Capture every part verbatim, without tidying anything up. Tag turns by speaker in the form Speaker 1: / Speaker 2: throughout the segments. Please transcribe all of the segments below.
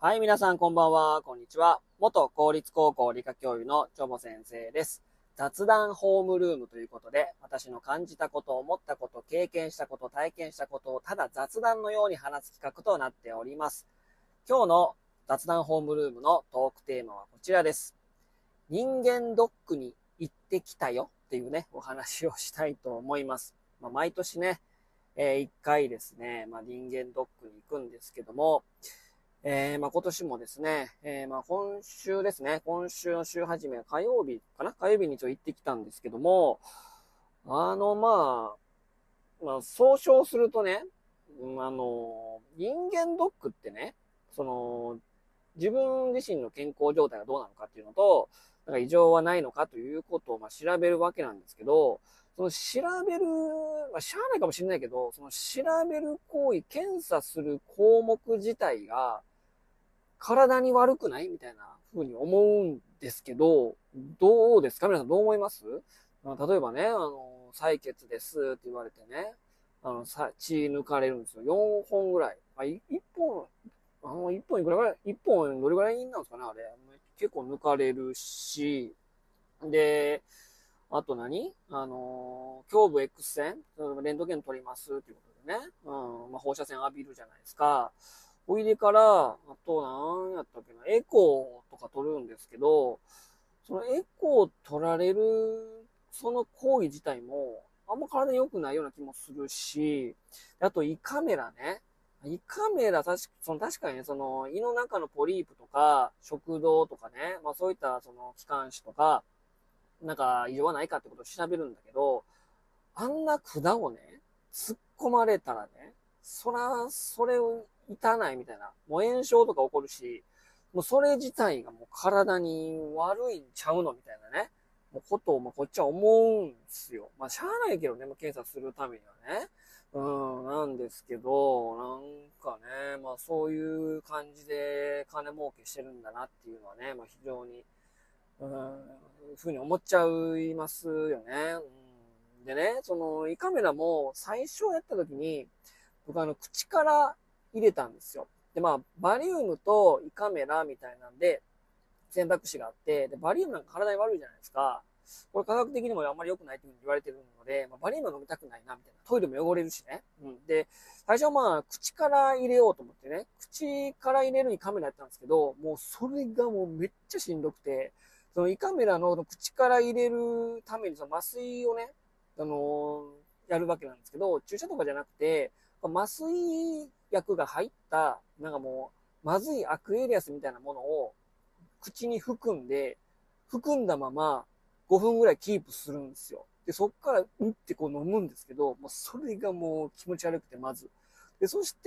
Speaker 1: はい、皆さんこんばんは、こんにちは。元公立高校理科教諭のチョボ先生です。雑談ホームルームということで、私の感じたこと、思ったこと、経験したこと、体験したことをただ雑談のように話す企画となっております。今日の雑談ホームルームのトークテーマはこちらです。人間ドックに行ってきたよっていうね、お話をしたいと思います。まあ、毎年ね、えー、いっかいですね、まあ、人間ドックに行くんですけども、えー、まあ今年もですね、えー、まあ今週ですね、今週の週始めは火曜日かな火曜日にちょっと行ってきたんですけども、あのまあ、まあ総称するとね、うん、あの、人間ドックってね、その、自分自身の健康状態がどうなのかっていうのと、なんか異常はないのかということをまあ調べるわけなんですけど、その調べる、まあ、しゃあないかもしれないけど、その調べる行為、検査する項目自体が、体に悪くないみたいな風に思うんですけど、どうですか皆さんどう思います？例えばね、あの、採血ですって言われてね、あの、さ、血抜かれるんですよ。よんほんぐらい。あ、いっぽん、あの、いっぽんいくらぐらい、いっぽんどれぐらいなんですかねあれ。結構抜かれるし、で、あと何あの、胸部 X 線レントゲン取りますっていうことでね。うん、まあ、放射線浴びるじゃないですか。おいでから、あと何やったっけな、エコーとか取るんですけど、そのエコー取られる、その行為自体も、あんま体に良くないような気もするし、あと胃カメラね。胃カメラ、確かその確かにね、その胃の中のポリープとか、食道とかね、まあそういったその気管支とか、なんか異常はないかってことを調べるんだけど、あんな管をね、突っ込まれたらね、そら、それを痛ないみたいな。もう炎症とか起こるし、もうそれ自体がもう体に悪いんちゃうのみたいなね。もうことを、まあ、こっちは思うんですよ。まあ、しゃあないけどね、まあ、検査するためにはね。うん、なんですけど、なんかね、まあそういう感じで金儲けしてるんだなっていうのはね、まあ非常に、うん、ふうに思っちゃいますよね。うん、でね、その胃カメラも最初やった時に、僕あの口から入れたんですよ。で、まあ、バリウムと胃カメラみたいなんで、選択肢があって、で、バリウムなんか体に悪いじゃないですか。これ科学的にもあんまり良くないっていうふうに言われてるので、まあ、バリウムは飲みたくないな、みたいな。トイレも汚れるしね。うん。で、最初はまあ、口から入れようと思ってね、口から入れるにカメラやったんですけど、もうそれがもうめっちゃしんどくて、その胃カメラの口から入れるためにその麻酔をね、あのー、やるわけなんですけど、注射とかじゃなくて、麻酔薬が入った、なんかもう、まずいアクエリアスみたいなものを口に含んで、含んだままごふんぐらいキープするんですよ。で、そっから、うんってこう飲むんですけど、もうそれがもう気持ち悪くて、まず。で、そして、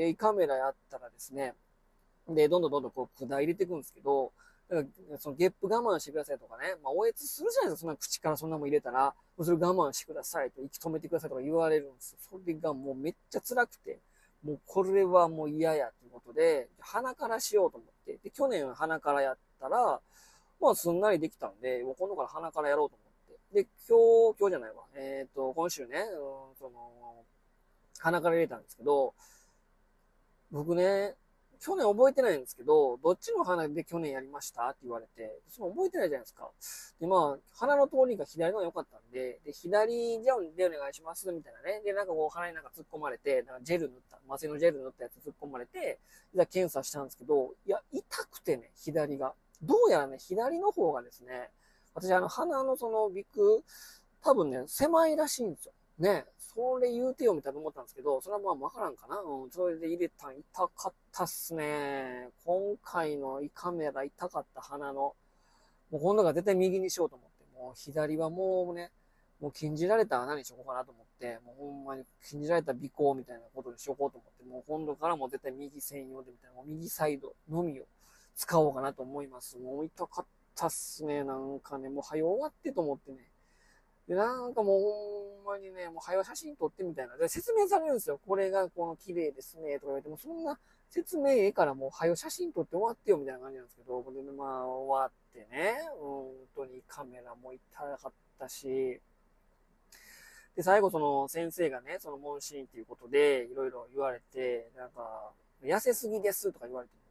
Speaker 1: カメラやったらですね、で、どんどんどんどんこう、管入れていくんですけど、だからそのゲップ我慢してくださいとかね、まあ、おえつするじゃないですか、そんな口からそんなもん入れたら、もうそれ我慢してくださいと、息止めてくださいとか言われるんですよ。それがもうめっちゃ辛くて、もうこれはもう嫌やということで、鼻からしようと思って、で、去年鼻からやったら、まあすんなりできたんで、もう今度から鼻からやろうと思って。で、今日、今日じゃないわ。えっ、ー、と、今週ね、うん、その、鼻から入れたんですけど、僕ね、去年覚えてないんですけど、どっちの鼻で去年やりましたって言われて、その覚えてないじゃないですか。で、まあ、鼻の通りが左の方が良かったんで、で、左じゃあでお願いします、みたいなね。で、なんかこう鼻になんか突っ込まれて、なんかジェル塗った、麻酔のジェル塗ったやつ突っ込まれて、じゃあ検査したんですけど、いや、痛くてね、左が。どうやらね、左の方がですね、私あの鼻のその鼻腔、多分ね、狭いらしいんですよ。ね、それ言うてよみたいな思ったんですけど、それはまあわからんかな。うん、それで入れたん痛かったっすね。今回の胃カメラ痛かった鼻の。もう今度から絶対右にしようと思って、もう左はもうね、もう禁じられた穴にしようかなと思って、もうほんまに禁じられた鼻孔みたいなことにしようと思って、もう今度からも絶対右専用でみたいな、もう右サイドのみを使おうかなと思います。もう痛かったっすね。なんかね、もう早終わってと思ってね。で、なんかもうほんまにね、もう早写真撮ってみたいな。で、説明されるんですよ。これがこの綺麗ですね、とか言われても、そんな説明ええからもう早写真撮って終わってよ、みたいな感じなんですけど、で、まあ終わってね、本当にカメラも痛かったし、で、最後その先生がね、その問診っていうことでいろいろ言われて、なんか、痩せすぎですとか言われても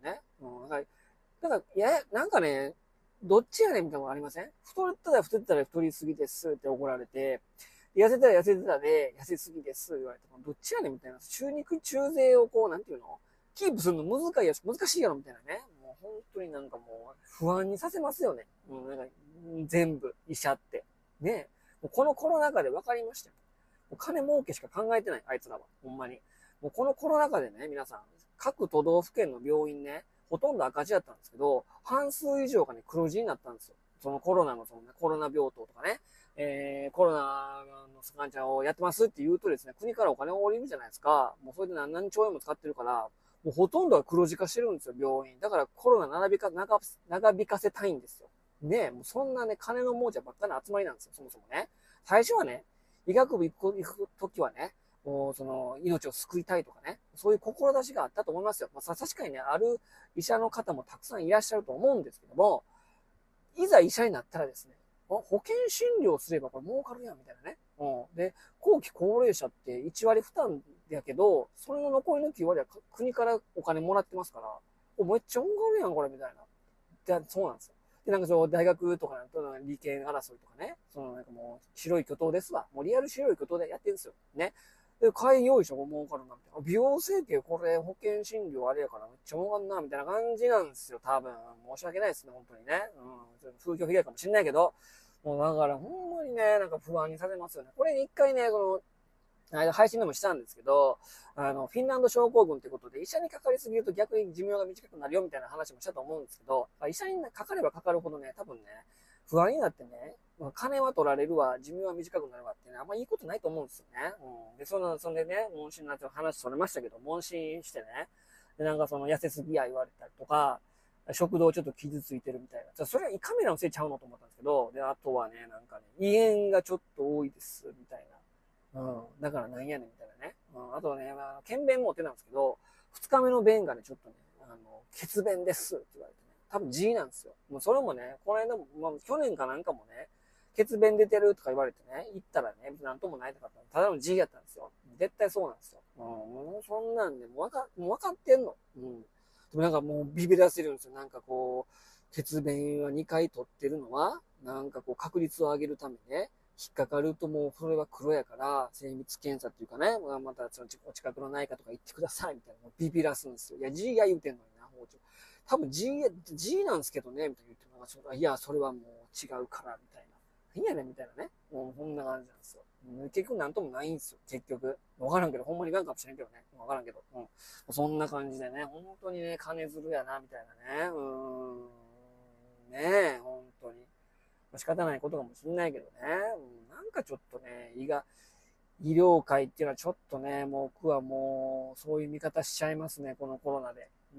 Speaker 1: ね。うん。だから、だから、いや、なんかね、どっちやねんみたいなのがありません？太ったら太ったら太りすぎですって怒られて、痩せたら痩せてたで痩せすぎです言われて、どっちやねんみたいな。中肉中背をこう、なんていうのキープするの難しいやろ、難しいやろみたいなね。もう本当になんかもう不安にさせますよね。うん、なんか全部、医者って。ね。もうこのコロナ禍で分かりましたよ。もう金儲けしか考えてない、あいつらは。ほんまに。もうこのコロナ禍でね、皆さん、各都道府県の病院ね、ほとんど赤字だったんですけど、半数以上がね、黒字になったんですよ。そのコロナのその、ね、コロナ病棟とかね、えー、コロナの患者をやってますって言うとですね、国からお金を降りるじゃないですか。もうそれで何何兆円も使ってるから、もうほとんどは黒字化してるんですよ、病院。だからコロナ長引か、長長引かせたいんですよ。ねもうそんなね、金の亡者ばっかりの集まりなんですよ、そもそもね。最初はね、医学部行く、行くときはね、もうその命を救いたいとかね、そういう志があったと思いますよ。まあ、確かにね、ある医者の方もたくさんいらっしゃると思うんですけども、いざ医者になったらですね、保険診療すればこれ儲かるやんみたいなね。うん。で、後期高齢者っていち割負担やけど、それの残りのきゅう割は国からお金もらってますから、おめっちゃ儲かるやんこれみたいな。で、そうなんですよ。で、なんかそう、大学とかとの利権争いとかね、そのなんかもう白い巨頭ですわ。もうリアル白い巨頭でやってるんですよ。ね。で、開業医者も儲かるな、みたいな。美容整形これ保険診療あれやからめっちゃ儲かんな、みたいな感じなんですよ、多分。申し訳ないですね、本当にね。うん。風評被害かもしんないけど。もうだからほんまにね、なんか不安にさせますよね。これ一回ね、この、間配信でもしたんですけど、あの、フィンランド症候群ってことで、医者にかかりすぎると逆に寿命が短くなるよみたいな話もしたと思うんですけど、医者にかかればかかるほどね、多分ね、不安になってね、金は取られるわ、寿命は短くなるわってね、あんまいいことないと思うんですよね。うん。で、その、そんでね、問診になって話それましたけど、問診してね、で、なんかその痩せすぎや言われたりとか、食道ちょっと傷ついてるみたいな。それは胃カメラのせいちゃうのと思ったんですけど、で、あとはね、なんかね、胃炎がちょっと多いです、みたいな。うん。だからなんやねん、みたいなね。うん。あとね、まあ、検便も手なんですけど、二日目の便がね、ちょっとね、あの、血便ですって言われてね。多分 G なんですよ。もうそれもね、この間も、まあ、去年かなんかもね、血便出てるとか言われてね、行ったらね、なんともないとかったただの G やったんですよ。絶対そうなんですよ。うん、もうそんなんで、もうわか、もうわかってんの。うん。でもなんかもうビビらせるんですよ。なんかこう、血便はにかい取ってるのは、なんかこう確率を上げるためね、引っかかるともうそれは黒やから、精密検査っていうかね、またそのお近くの内科とか行ってくださいみたいな、もうビビらすんですよ。いや、G が言うてんのにな、包丁。多分 G、G なんですけどね、みたいな言ってるのが、ちょっといや、それはもう違うから、みたいな。何やねん、みたいなね。もうこんな感じなんですよ。結局なんともないんですよ、結局。わからんけど、ほんまにガンかもしれんけどね。わからんけど。うん。そんな感じでね、本当にね、金づるやな、みたいなね。うーん。ねえ、本当に。仕方ないことかもしんないけどね。うん、なんかちょっとね、胃が、医療界っていうのはちょっとね、もう僕はもう、そういう見方しちゃいますね、このコロナで。うん。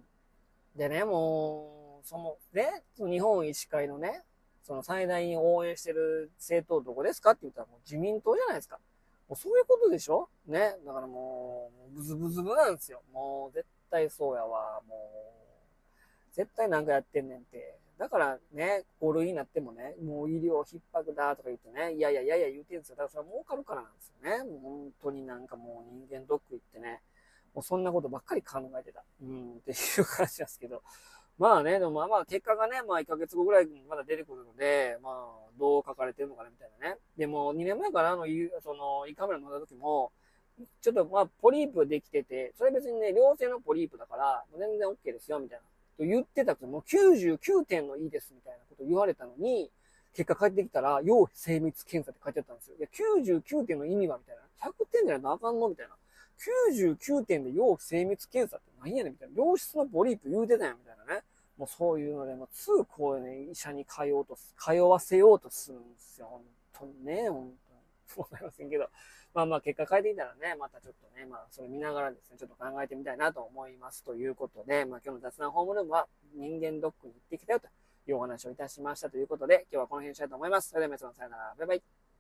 Speaker 1: でね、もう、その、ね、日本医師会のね、その最大に応援してる政党どこですかって言ったらもう自民党じゃないですか。もうそういうことでしょね。だからもう、ブズブズブなんですよ。もう絶対そうやわ。もう、絶対なんかやってんねんって。だからね、ご類になってもね、もう医療逼迫だとか言ってね、いやいやいやいや言うてるんですよ。だからそれは儲かるからなんですよね。もう本当になんかもう人間ドック行ってね、もうそんなことばっかり考えてた。うん、っていう感じなんですけど。まあね、でもまあまあ結果がね、まあいっかげつごぐらいにまだ出てくるので、まあどう書かれてるのかなみたいなね。でもにねんまえからの、その、胃カメラ乗った時も、ちょっとまあポリープできてて、それ別にね、良性のポリープだから、全然 OK ですよ、みたいな。と言ってたけど、もうきゅうじゅうきゅうてんのいいですみたいなこと言われたのに、結果返ってきたら、要精密検査って書いてあったんですよ。いや、きゅうじゅうきゅうてんの意味はみたいな。ひゃくてんじゃないとあかんのみたいな。きゅうじゅうきゅうてんで要精密検査って何やねんみたいな。良質のポリープ言うてたやんみたいなね。もうそういうので、もうつうこうね、医者に通おうと、通わせようとするんですよ。本当にね、本当に。そうなりませんけど。まあまあ結果変えていたらね、またちょっとね、まあそれ見ながらですね、ちょっと考えてみたいなと思いますということで、まあ今日の雑談ホームルームは人間ドックに行ってきたよというお話をいたしましたということで、今日はこの辺にしたいと思います。それでは皆さんさよなら。バイバイ。